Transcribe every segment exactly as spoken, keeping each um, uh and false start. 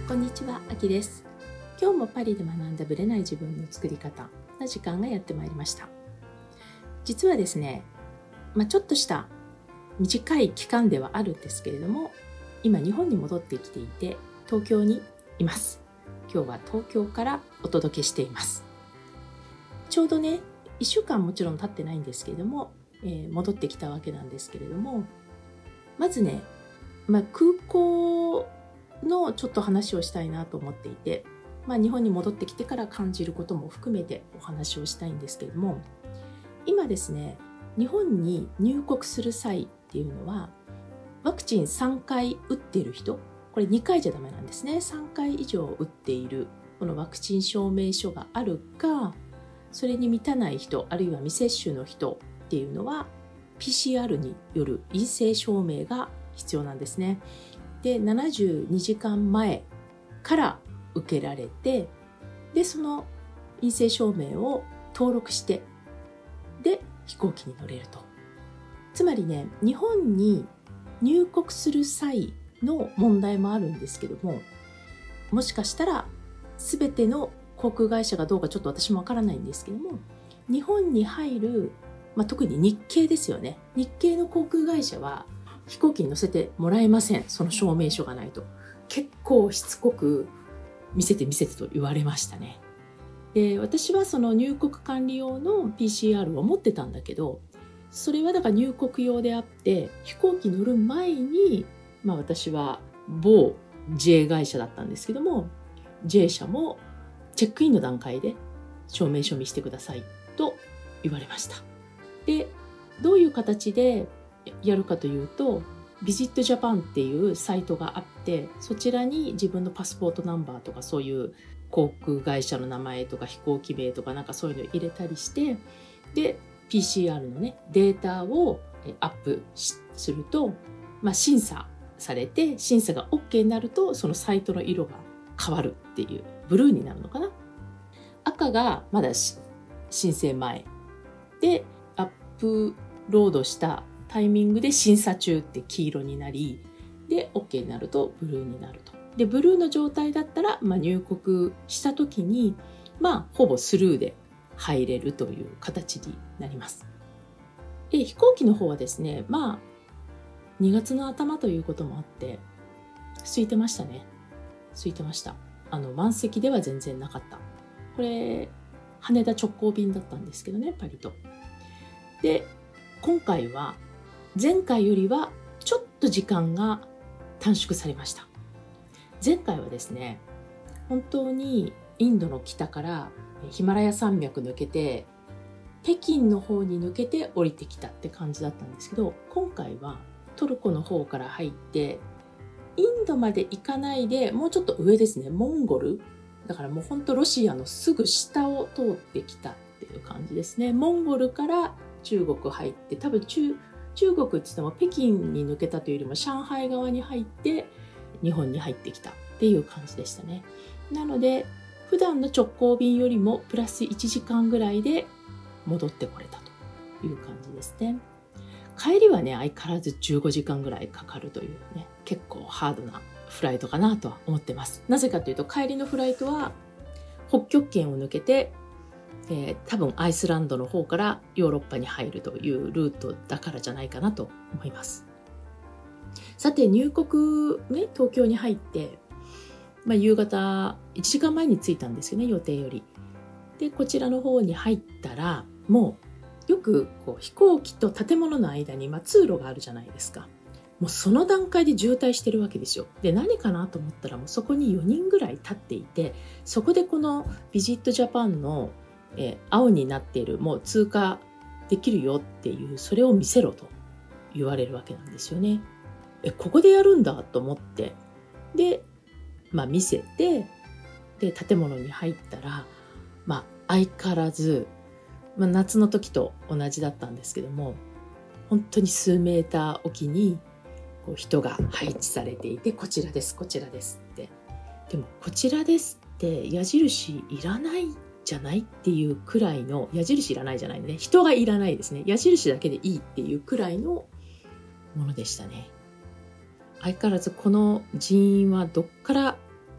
こんにちは、あきです。今日もパリで学んだブレない自分の作り方な時間がやってまいりました。実はですね、まあ、ちょっとした短い期間ではあるんですけれども、今日本に戻ってきていて東京にいます。今日は東京からお届けしています。ちょうどね、いっしゅうかんもちろん経ってないんですけれども、えー、戻ってきたわけなんですけれども、まずね、まあ、空港のちょっと話をしたいなと思っていて、まあ、日本に戻ってきてから感じることも含めてお話をしたいんですけれども、今ですね、日本に入国する際っていうのはワクチンさんかい打っている人、これにかいじゃダメなんですね。さんかい以上打っているこのワクチン証明書があるか、それに満たない人、あるいは未接種の人っていうのは ピーシーアール による陰性証明が必要なんですね。で、ななじゅうにじかんまえから受けられて、でその陰性証明を登録してで飛行機に乗れると。つまりね、日本に入国する際の問題もあるんですけども、もしかしたら全ての航空会社がどうかちょっと私もわからないんですけども、日本に入る、まあ、特に日系ですよね。日系の航空会社は飛行機に乗せてもらえません。その証明書がないと。結構しつこく見せて見せてと言われましたね。で、私はその入国管理用の ピーシーアール を持ってたんだけど、それはだから入国用であって、飛行機乗る前に、まあ私は某 ジェイ 会社だったんですけども、ジェイ 社もチェックインの段階で証明書見せてくださいと言われました。で、どういう形でやるかというと、ビジットジャパンっていうサイトがあって、そちらに自分のパスポートナンバーとかそういう航空会社の名前とか飛行機名とかなんかそういうのを入れたりして、で ピーシーアール のねデータをアップすると、まあ、審査されて、審査が OK になるとそのサイトの色が変わるっていう、ブルーになるのかな。赤がまだ申請前で、アップロードしたタイミングで審査中って黄色になり、で OK になるとブルーになると。でブルーの状態だったら、まあ、入国した時にまあほぼスルーで入れるという形になります。で飛行機の方はですね、まあにがつの頭ということもあって空いてましたね。空いてました。あの満席では全然なかった。これ羽田直行便だったんですけどね、パリと。で今回は前回よりはちょっと時間が短縮されました。前回はですね、本当にインドの北からヒマラヤ山脈抜けて北京の方に抜けて降りてきたって感じだったんですけど、今回はトルコの方から入ってインドまで行かないで、もうちょっと上ですね、モンゴルだからもう本当ロシアのすぐ下を通ってきたっていう感じですね。モンゴルから中国入って、多分中中国って言っても北京に抜けたというよりも上海側に入って日本に入ってきたっていう感じでしたね。なので普段の直行便よりもプラスいちじかんぐらいで戻ってこれたという感じですね。帰りはね、相変わらずじゅうごじかんぐらいかかるというね、結構ハードなフライトかなとは思ってます。なぜかというと、帰りのフライトは北極圏を抜けてえー、多分アイスランドの方からヨーロッパに入るというルートだからじゃないかなと思います。さて入国ね、東京に入って、まあ、夕方いちじかんまえに着いたんですよね、予定より。でこちらの方に入ったら、もうよくこう飛行機と建物の間に、まあ、通路があるじゃないですか。もうその段階で渋滞してるわけですよ。で何かなと思ったら、もうそこによにんぐらい立っていて、そこでこのビジットジャパンのえー、青になっている、もう通過できるよっていう、それを見せろと言われるわけなんですよね。え、ここでやるんだと思って、で、まあ見せて、で、建物に入ったら、まあ相変わらず、まあ、夏の時と同じだったんですけども、本当に数メーターおきにこう人が配置されていて、こちらです、こちらですって。でも、こちらですって矢印いらないじゃないっていうくらいの、矢印いらないじゃないのね、人がいらないですね、矢印だけでいいっていうくらいのものでしたね。相変わらずこの人員はどっから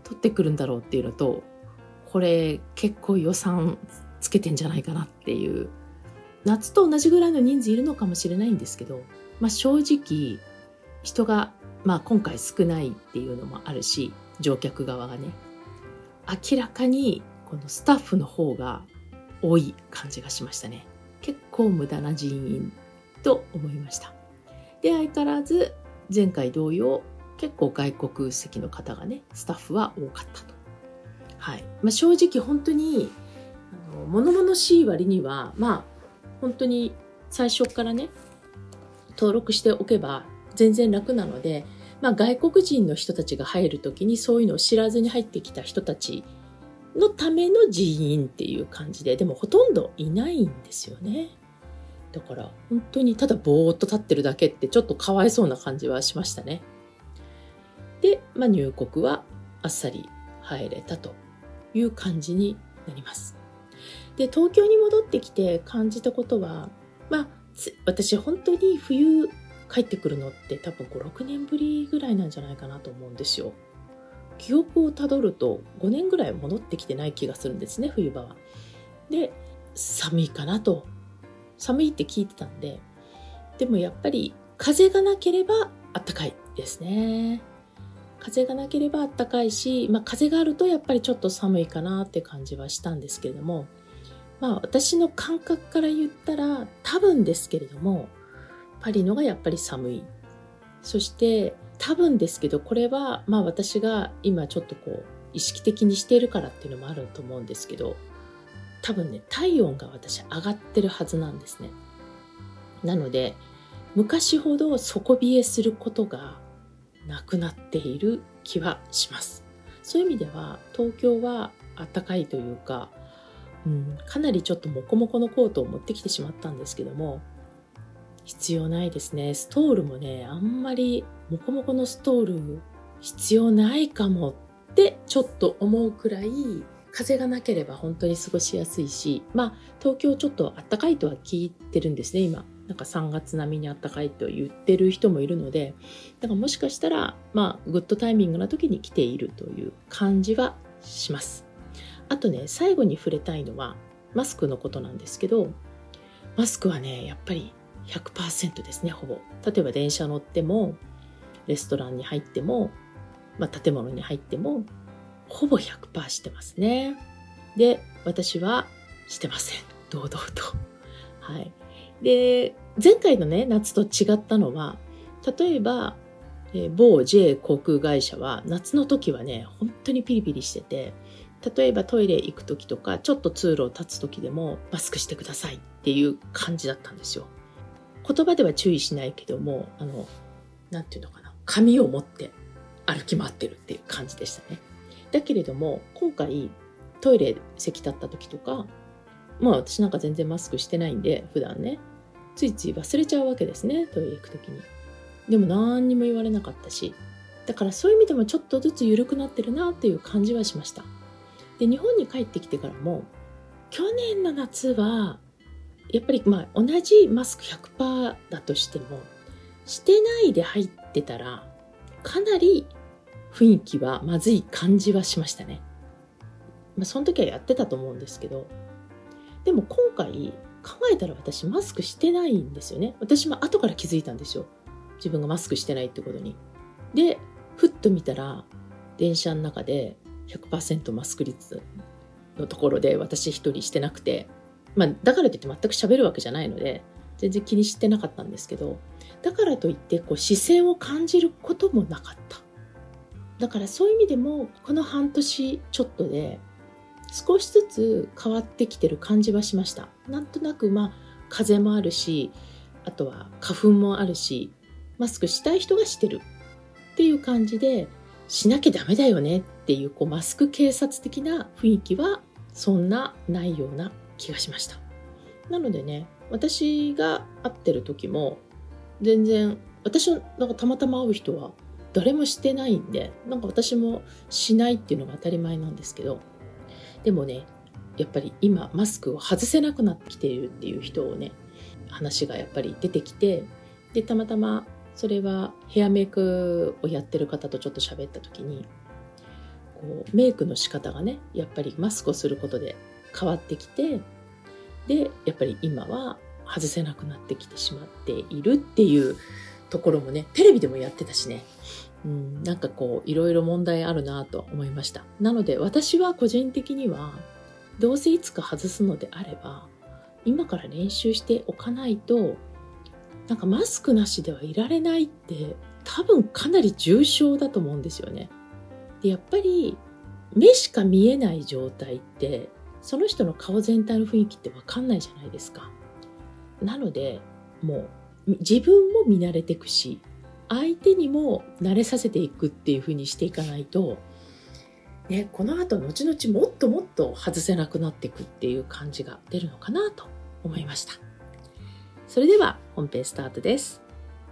取ってくるんだろうっていうのと、これ結構予算つけてんじゃないかなっていう、夏と同じぐらいの人数いるのかもしれないんですけど、まあ、正直人が、まあ、今回少ないっていうのもあるし、乗客側がね、明らかにこのスタッフの方が多い感じがしましたね。結構無駄な人員と思いました。で、相変わらず前回同様、結構外国籍の方がね、スタッフは多かったと。はい。まあ、正直本当にあの物々しい割には、まあ本当に最初からね、登録しておけば全然楽なので、まあ、外国人の人たちが入るときにそういうのを知らずに入ってきた人たちのための人員っていう感じで、でもほとんどいないんですよね。だから本当にただぼーっと立ってるだけってちょっとかわいそうな感じはしましたね。で、まあ、入国はあっさり入れたという感じになります。で、東京に戻ってきて感じたことは、まあ、私本当に冬帰ってくるのって多分ご、ろくねんぶりぐらいなんじゃないかなと思うんですよ。記憶をたどるとごねんぐらい戻ってきてない気がするんですね、冬場は。で、寒いかなと。寒いって聞いてたんで、でもやっぱり風がなければ暖かいですね。風がなければ暖かいし、まあ、風があるとやっぱりちょっと寒いかなって感じはしたんですけれども、まあ、私の感覚から言ったら多分ですけれども、パリのがやっぱり寒い。そして多分ですけど、これはまあ私が今ちょっとこう意識的にしているからっていうのもあると思うんですけど、多分ね、体温が私上がってるはずなんですね。なので昔ほど底冷えすることがなくなっている気はします。そういう意味では東京は暖かいというか、うん、かなりちょっとモコモコのコートを持ってきてしまったんですけども、必要ないですね。ストールもね、あんまりモコモコのストール必要ないかもってちょっと思うくらい、風がなければ本当に過ごしやすいし、まあ東京ちょっと暖かいとは聞いてるんですね、今。なんかさんがつ並みに暖かいと言ってる人もいるので、だからもしかしたら、まあグッドタイミングな時に来ているという感じはします。あとね、最後に触れたいのはマスクのことなんですけど、マスクはね、やっぱり ひゃくパーセント ですね、ほぼ。例えば電車乗っても、レストランに入っても、まあ、建物に入っても、ほぼ ひゃくパーセント してますね。で、私はしてません。堂々と。はい。で、前回のね、夏と違ったのは、例えば、えー、某 ジェイ 航空会社は、夏の時はね、本当にピリピリしてて、例えばトイレ行く時とか、ちょっと通路を立つ時でも、マスクしてくださいっていう感じだったんですよ。言葉では注意しないけども、あの、なんていうのかな、紙を持って歩き回ってるっていう感じでしたね。だけれども、今回トイレ席立った時とか、まあ私なんか全然マスクしてないんで、普段ね、ついつい忘れちゃうわけですね、トイレ行く時に。でも何にも言われなかったし、だからそういう意味でもちょっとずつ緩くなってるなっていう感じはしました。で、日本に帰ってきてからも、去年の夏は、やっぱりまあ同じマスク ひゃくパーセント だとしても、してないで入ってたら、かなり雰囲気はまずい感じはしましたね。まあその時はやってたと思うんですけど、でも今回考えたら私マスクしてないんですよね。私も後から気づいたんですよ。自分がマスクしてないってことに。で、ふっと見たら、電車の中で ひゃくパーセント マスク率のところで私一人してなくて、まあだからといって全く喋るわけじゃないので、全然気にしてなかったんですけど、だからといってこう視線を感じることもなかった。だからそういう意味でも、この半年ちょっとで少しずつ変わってきてる感じはしました。なんとなくまあ風もあるし、あとは花粉もあるし、マスクしたい人がしてるっていう感じで、しなきゃダメだよねっていう、こうマスク警察的な雰囲気はそんなないような気がしました。なのでね、私が会ってる時も全然、私のなんかたまたま会う人は誰もしてないんで、なんか私もしないっていうのが当たり前なんですけど、でもね、やっぱり今マスクを外せなくなってきているっていう人をね、話がやっぱり出てきて、でたまたまそれはヘアメイクをやってる方とちょっと喋った時に、 こうメイクの仕方がねやっぱりマスクをすることで変わってきて、でやっぱり今は外せなくなってきてしまっているっていうところもねテレビでもやってたしね、うん、なんかこういろいろ問題あるなと思いました。なので私は個人的にはどうせいつか外すのであれば今から練習しておかないと、なんかマスクなしではいられないって多分かなり重症だと思うんですよね。でやっぱり目しか見えない状態ってその人の顔全体の雰囲気って分かんないじゃないですか。なのでもう自分も見慣れていくし相手にも慣れさせていくっていう風にしていかないと、ね、この後後々もっともっと外せなくなっていくっていう感じが出るのかなと思いました。それでは本編スタートです。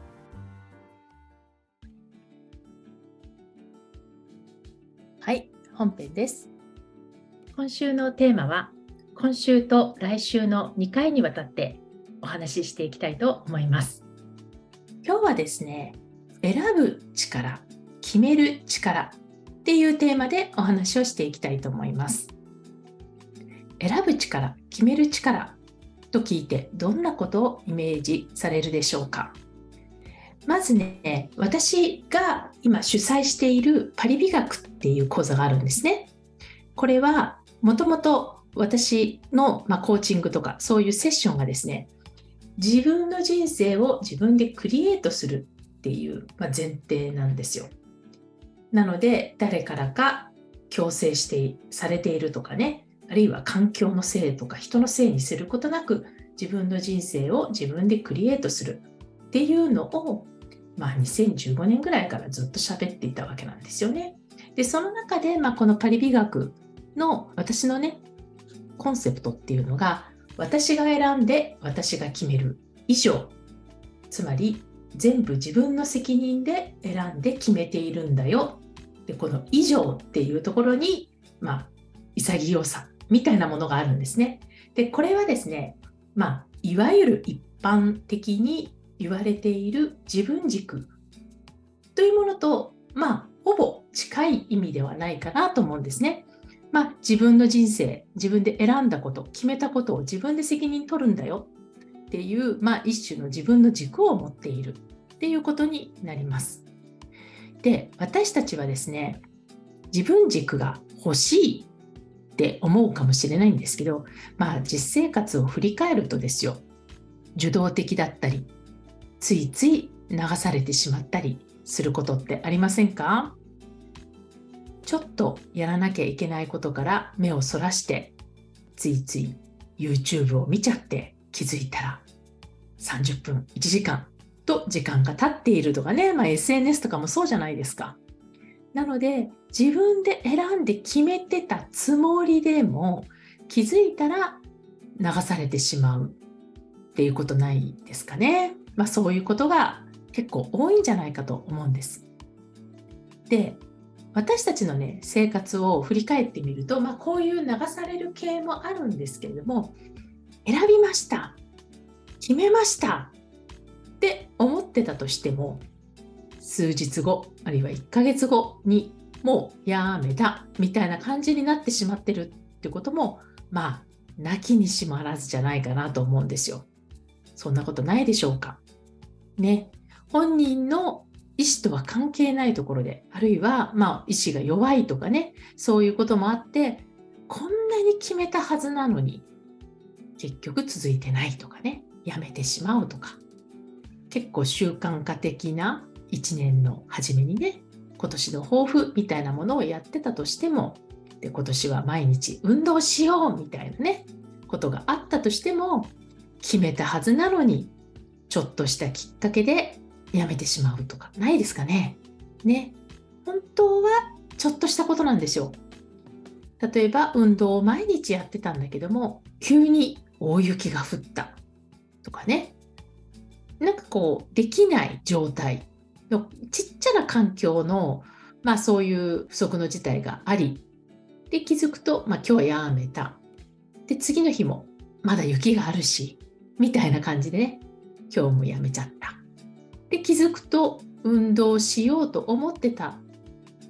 はい、本編です。今週のテーマは今週と来週のにかいにわたってお話ししていきたいと思います。今日はですね、選ぶ力、決める力っていうテーマでお話をしていきたいと思います。選ぶ力、決める力と聞いてどんなことをイメージされるでしょうか。まずね、私が今主催しているパリ美学っていう講座があるんですね。これはもともと私の、まあ、コーチングとかそういうセッションがですね、自分の人生を自分でクリエイトするっていう、まあ、前提なんですよ。なので誰からか強制してされているとかね、あるいは環境のせいとか人のせいにすることなく自分の人生を自分でクリエイトするっていうのを、まあ、にせんじゅうごねんぐらいからずっと喋っていたわけなんですよね。でその中で、まあ、このパリ美学の私のねコンセプトっていうのが、私が選んで私が決める以上、つまり全部自分の責任で選んで決めているんだよ。でこの以上っていうところに、まあ、潔さみたいなものがあるんですね。でこれはですね、まあ、いわゆる一般的に言われている自分軸というものと、まあ、ほぼ近い意味ではないかなと思うんですね。まあ、自分の人生、自分で選んだこと、決めたことを自分で責任取るんだよっていう、まあ、一種の自分の軸を持っているっていうことになります。で、私たちはですね、自分軸が欲しいって思うかもしれないんですけど、まあ、実生活を振り返るとですよ、受動的だったり、ついつい流されてしまったりすることってありませんか？ちょっとやらなきゃいけないことから目をそらして、ついつい YouTube を見ちゃって気づいたらさんじゅっぷん、いちじかんと時間が経っているとかね、まあ、エスエヌエス とかもそうじゃないですか。なので自分で選んで決めてたつもりでも気づいたら流されてしまうっていうことないですかね。まあ、そういうことが結構多いんじゃないかと思うんです。で、私たちのね、生活を振り返ってみると、まあ、こういう流される系もあるんですけれども、選びました、決めましたって思ってたとしても、数日後、あるいはいっかげつごにもうやめたみたいな感じになってしまってるってことも、まあ、なきにしもあらずじゃないかなと思うんですよ。そんなことないでしょうか。ね、本人の意思とは関係ないところで、あるいは、まあ、意思が弱いとかね、そういうこともあって、こんなに決めたはずなのに、結局続いてないとかね、やめてしまうとか、結構習慣化的ないちねんの初めにね、今年の抱負みたいなものをやってたとしても、で今年は毎日運動しようみたいなね、ことがあったとしても、決めたはずなのに、ちょっとしたきっかけでやめてしまうとかないですかね。ね、本当はちょっとしたことなんですよ。例えば運動を毎日やってたんだけども、急に大雪が降ったとかね、なんかこうできない状態のちっちゃな環境の、まあそういう不測の事態があり、で気づくと、まあ今日はやめた。で次の日もまだ雪があるし、みたいな感じでね、今日もやめちゃった。で気づくと運動しようと思ってた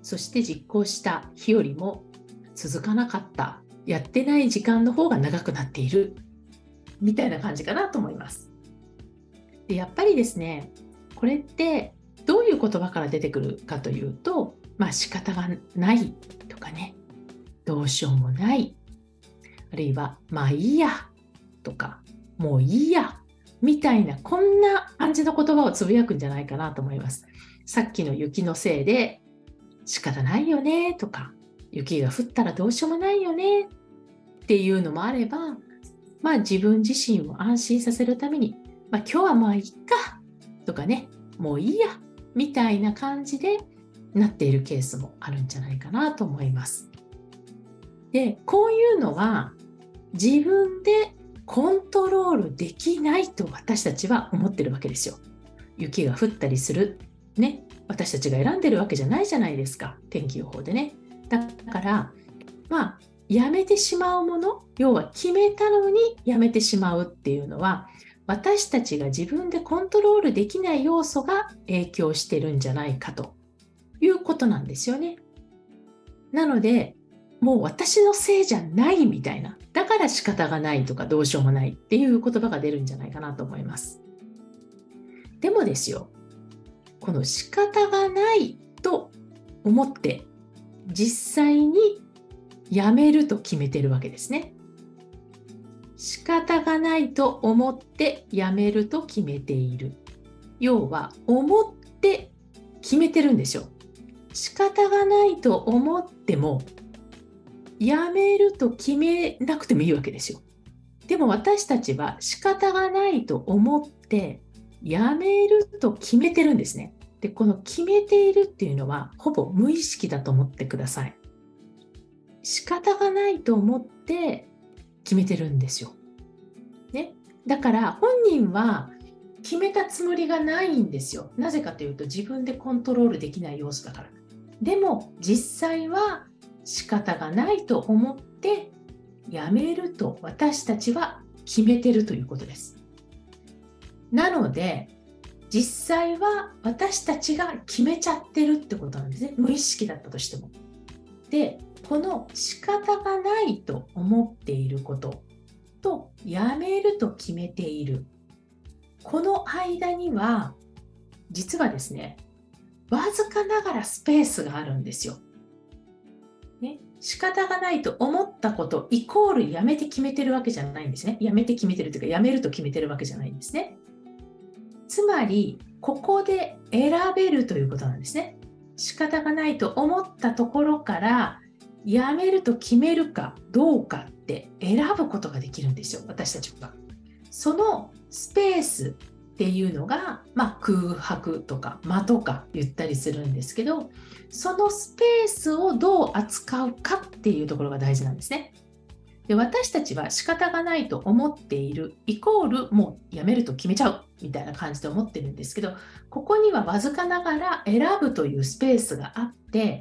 そして実行した日よりも続かなかった、やってない時間の方が長くなっているみたいな感じかなと思います。でやっぱりですね、これってどういう言葉から出てくるかというと、まあ仕方がないとかね、どうしようもない、あるいはまあいいやとか、もういいやみたいな、こんな感じの言葉をつぶやくんじゃないかなと思います。さっきの雪のせいで仕方ないよねとか、雪が降ったらどうしようもないよねっていうのもあれば、まあ自分自身を安心させるために、まあ今日はまあいいかとかね、もういいやみたいな感じでなっているケースもあるんじゃないかなと思います。で、こういうのは自分でコントロールできないと私たちは思ってるわけですよ。雪が降ったりするね、私たちが選んでるわけじゃないじゃないですか、天気予報でね。だからまあやめてしまうもの、要は決めたのにやめてしまうっていうのは、私たちが自分でコントロールできない要素が影響してるんじゃないかということなんですよね。なのでもう私のせいじゃないみたいな、だから仕方がないとかどうしようもないっていう言葉が出るんじゃないかなと思います。でもですよ、この仕方がないと思って実際にやめると決めてるわけですね。仕方がないと思ってやめると決めている。要は思って決めてるんですよ。仕方がないと思ってもやめると決めなくてもいいわけですよ。でも私たちは仕方がないと思ってやめると決めてるんですね。で、この決めているっていうのはほぼ無意識だと思ってください。仕方がないと思って決めてるんですよ。ね。だから本人は決めたつもりがないんですよ。なぜかというと自分でコントロールできない要素だから。でも実際は仕方がないと思ってやめると私たちは決めてるということです。なので実際は私たちが決めちゃってるってことなんですね。無意識だったとしても。で、この仕方がないと思っていることとやめると決めている、この間には実はですね、わずかながらスペースがあるんですよ。ね、仕方がないと思ったことイコールやめて決めてるわけじゃないんですね。やめて決めてるというか、やめると決めてるわけじゃないんですね。つまりここで選べるということなんですね。仕方がないと思ったところからやめると決めるかどうかって選ぶことができるんですよ、私たちは。そのスペースっていうのが、まあ、空白とか間とか言ったりするんですけど、そのスペースをどう扱うかっていうところが大事なんですね。で、私たちは仕方がないと思っているイコールもうやめると決めちゃうみたいな感じで思ってるんですけど、ここにはわずかながら選ぶというスペースがあって、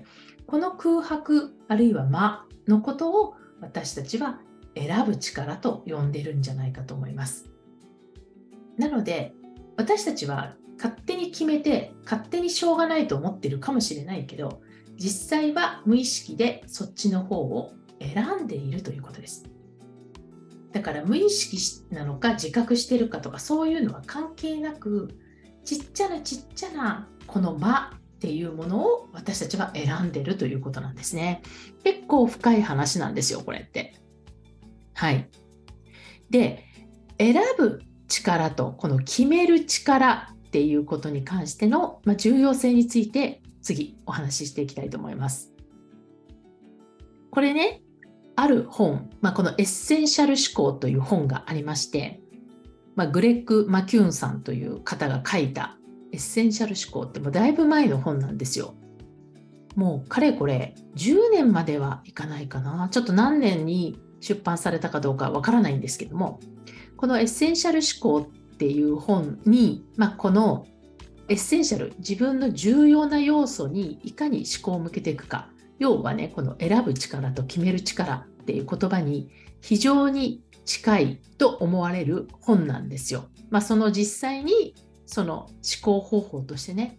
この空白あるいは間のことを私たちは選ぶ力と呼んでるんじゃないかと思います。なので私たちは勝手に決めて勝手にしょうがないと思ってるかもしれないけど、実際は無意識でそっちの方を選んでいるということです。だから無意識なのか自覚してるかとかそういうのは関係なく、ちっちゃなちっちゃなこの間っていうものを私たちは選んでるということなんですね。結構深い話なんですよ、これって。はい。で、選ぶ力とこの決める力っていうことに関しての、まあ、重要性について次お話ししていきたいと思います。これね、ある本、まあ、このエッセンシャル思考という本がありまして、まあ、グレッグ・マキューンさんという方が書いたエッセンシャル思考ってもうだいぶ前の本なんですよ。もうかれこれじゅうねんまではいかないかな。ちょっと何年に出版されたかどうかわからないんですけども、このエッセンシャル思考っていう本に、まあ、このエッセンシャル、自分の重要な要素にいかに思考を向けていくか、要はね、この選ぶ力と決める力っていう言葉に非常に近いと思われる本なんですよ。まあ、その実際にその思考方法としてね、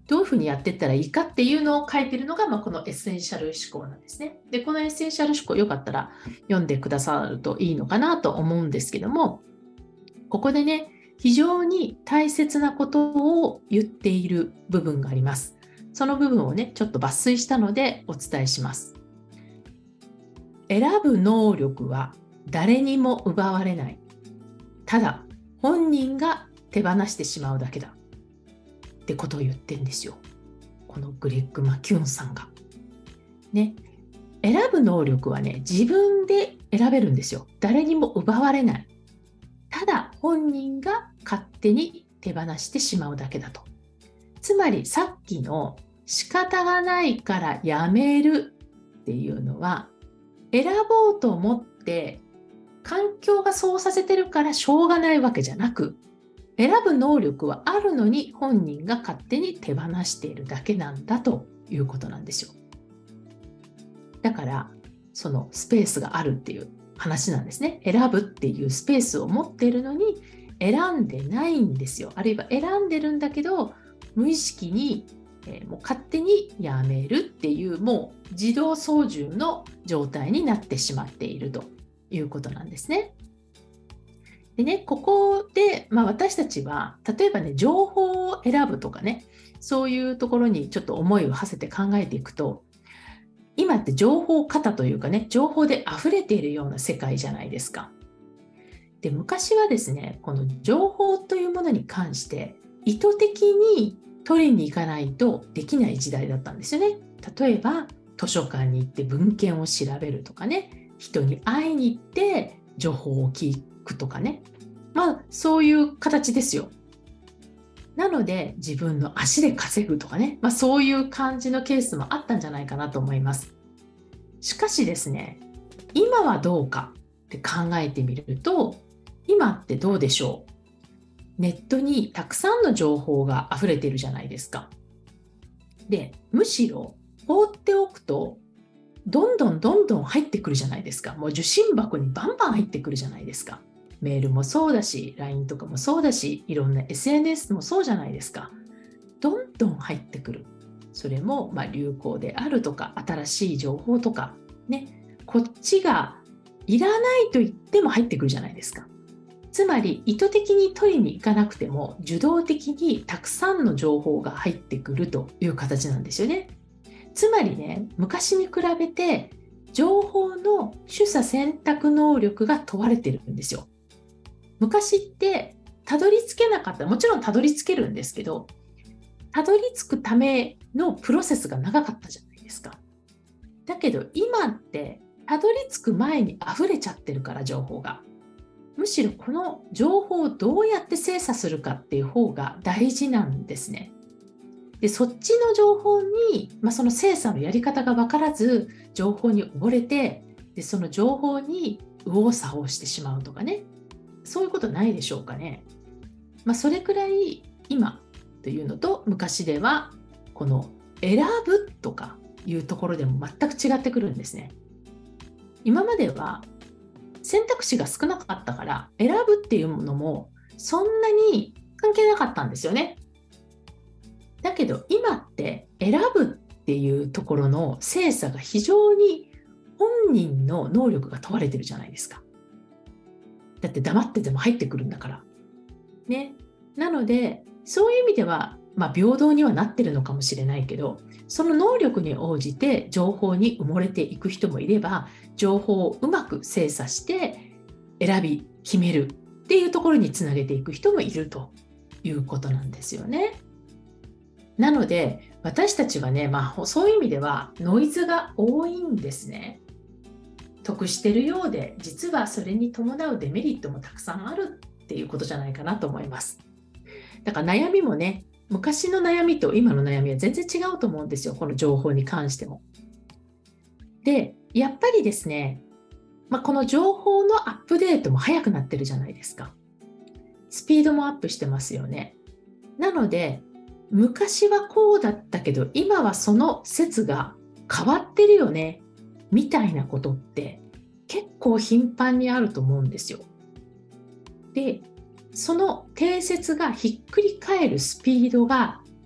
どういうふうにやっていったらいいかっていうのを書いてるのが、まあ、このエッセンシャル思考なんですね。で、このエッセンシャル思考よかったら読んでくださるといいのかなと思うんですけども、ここでね、非常に大切なことを言っている部分があります。その部分をね、ちょっと抜粋したのでお伝えします。選ぶ能力は誰にも奪われない。ただ、本人が手放してしまうだけだ。ってことを言ってるんですよ。このグレッグ・マキューンさんが。ね、選ぶ能力はね、自分で選べるんですよ。誰にも奪われない。ただ本人が勝手に手放してしまうだけだと。つまりさっきの仕方がないからやめるっていうのは、選ぼうと思って環境がそうさせてるからしょうがないわけじゃなく、選ぶ能力はあるのに本人が勝手に手放しているだけなんだということなんですよ。だからそのスペースがあるっていう話なんですね。選ぶっていうスペースを持っているのに選んでないんですよ。あるいは選んでるんだけど無意識に、えー、もう勝手にやめるっていうもう自動操縦の状態になってしまっているということなんですね。でね、ここで、まあ、私たちは例えばね、情報を選ぶとかね、そういうところにちょっと思いを馳せて考えていくと、今って情報過多というかね、情報で溢れているような世界じゃないですか。で、昔はですね、この情報というものに関して意図的に取りに行かないとできない時代だったんですよね。例えば図書館に行って文献を調べるとかね、人に会いに行って情報を聞くとかね、まあそういう形ですよ。なので自分の足で稼ぐとかね、まあ、そういう感じのケースもあったんじゃないかなと思います。しかしですね、今はどうかって考えてみると、今ってどうでしょう。ネットにたくさんの情報が溢れているじゃないですか。で、むしろ放っておくとどんどんどんどん入ってくるじゃないですか。もう受信箱にバンバン入ってくるじゃないですか。メールもそうだし、ライン とかもそうだし、いろんな エスエヌエス もそうじゃないですか。どんどん入ってくる。それもまあ流行であるとか、新しい情報とか、ね、こっちがいらないと言っても入ってくるじゃないですか。つまり意図的に取りに行かなくても受動的にたくさんの情報が入ってくるという形なんですよね。つまりね、昔に比べて情報の取捨選択能力が問われてるんですよ。昔ってたどり着けなかった、もちろんたどり着けるんですけど、たどり着くためのプロセスが長かったじゃないですか。だけど今ってたどり着く前に溢れちゃってるから、情報が。むしろこの情報をどうやって精査するかっていう方が大事なんですね。で、そっちの情報に、まあ、その精査のやり方が分からず情報に溺れて、でその情報に右往左往してしまうとかね、そういうことないでしょうかね。まあ、それくらい今というのと昔ではこの選ぶとかいうところでも全く違ってくるんですね。今までは選択肢が少なかったから選ぶっていうのもそんなに関係なかったんですよね。だけど今って選ぶっていうところの精査が非常に本人の能力が問われてるじゃないですか。だって黙ってても入ってくるんだからね。なのでそういう意味では、まあ、平等にはなってるのかもしれないけど、その能力に応じて情報に埋もれていく人もいれば、情報をうまく精査して選び決めるっていうところにつなげていく人もいるということなんですよね。なので私たちはね、まあ、そういう意味ではノイズが多いんですね。得してるようで実はそれに伴うデメリットもたくさんあるっていうことじゃないかなと思います。だから悩みもね、昔の悩みと今の悩みは全然違うと思うんですよ、この情報に関しても。で、やっぱりですね、まあ、この情報のアップデートも早くなってるじゃないですか。スピードもアップしてますよね。なので昔はこうだったけど今はその説が変わってるよねみたいなことって結構頻繁にあると思うんですよ。で、その定説がひっくり返るスピードが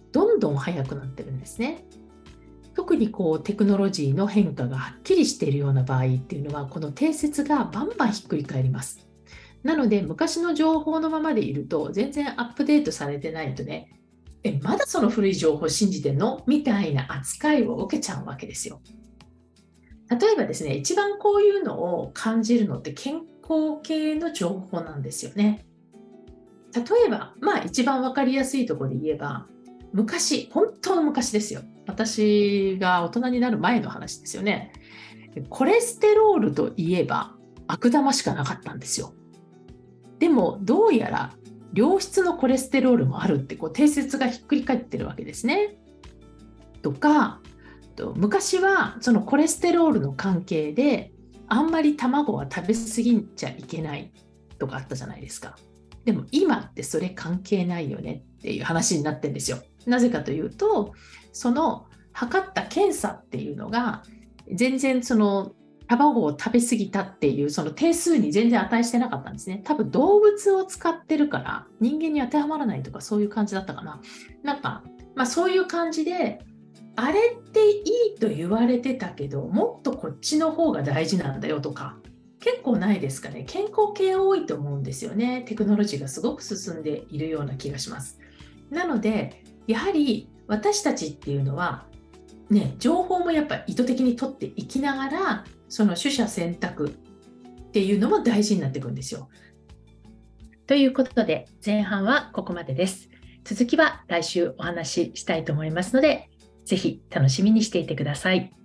どんどん速くなってるんですね。特にこうテクノロジーの変化がはっきりしているような場合っていうのは、この定説がバンバンひっくり返ります。なので昔の情報のままでいると、全然アップデートされてないとね、え、まだその古い情報信じてんのみたいな扱いを受けちゃうわけですよ。例えばですね、一番こういうのを感じるのって健康系の情報なんですよね。例えば、まあ一番わかりやすいところで言えば、昔、本当の昔ですよ。私が大人になる前の話ですよね。コレステロールといえば悪玉しかなかったんですよ。でもどうやら良質のコレステロールもあるってこう定説がひっくり返ってるわけですね。とか、昔はそのコレステロールの関係であんまり卵は食べ過ぎちゃいけないとかあったじゃないですか。でも今ってそれ関係ないよねっていう話になってるんですよ。なぜかというと、その測った検査っていうのが全然その卵を食べ過ぎたっていうその定数に全然値してなかったんですね。多分動物を使ってるから人間に当てはまらないとかそういう感じだったかな。なんか、まあそういう感じで、あれっていいと言われてたけど、もっとこっちの方が大事なんだよとか、結構ないですかね。健康系多いと思うんですよね。テクノロジーがすごく進んでいるような気がします。なので、やはり私たちっていうのは、ね、情報もやっぱ意図的に取っていきながら、その取捨選択っていうのも大事になってくるんですよ。ということで、前半はここまでです。続きは来週お話ししたいと思いますので、ぜひ楽しみにしていてください。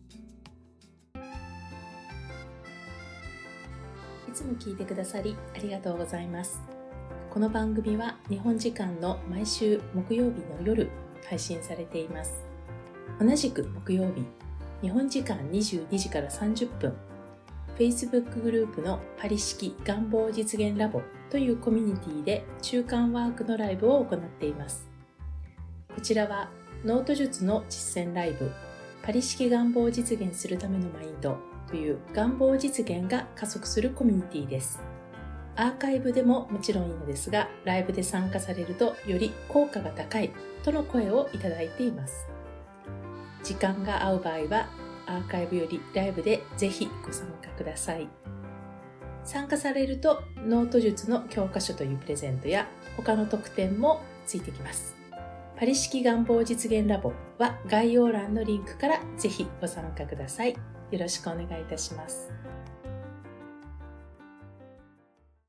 いつも聞いてくださりありがとうございます。この番組は日本時間の毎週木曜日の夜配信されています。同じく木曜日、日本時間にじゅうにじからさんじゅっぷん、Facebook グループのパリ式願望実現ラボというコミュニティで中間ワークのライブを行っています。こちらはノート術の実践ライブ、パリ式願望を実現するためのマインドという願望実現が加速するコミュニティです。アーカイブでももちろんいいのですが、ライブで参加されるとより効果が高いとの声をいただいています。時間が合う場合はアーカイブよりライブでぜひご参加ください。参加されるとノート術の教科書というプレゼントや他の特典もついてきます。パリ式願望実現ラボは概要欄のリンクからぜひご参加ください。よろしくお願いいたします。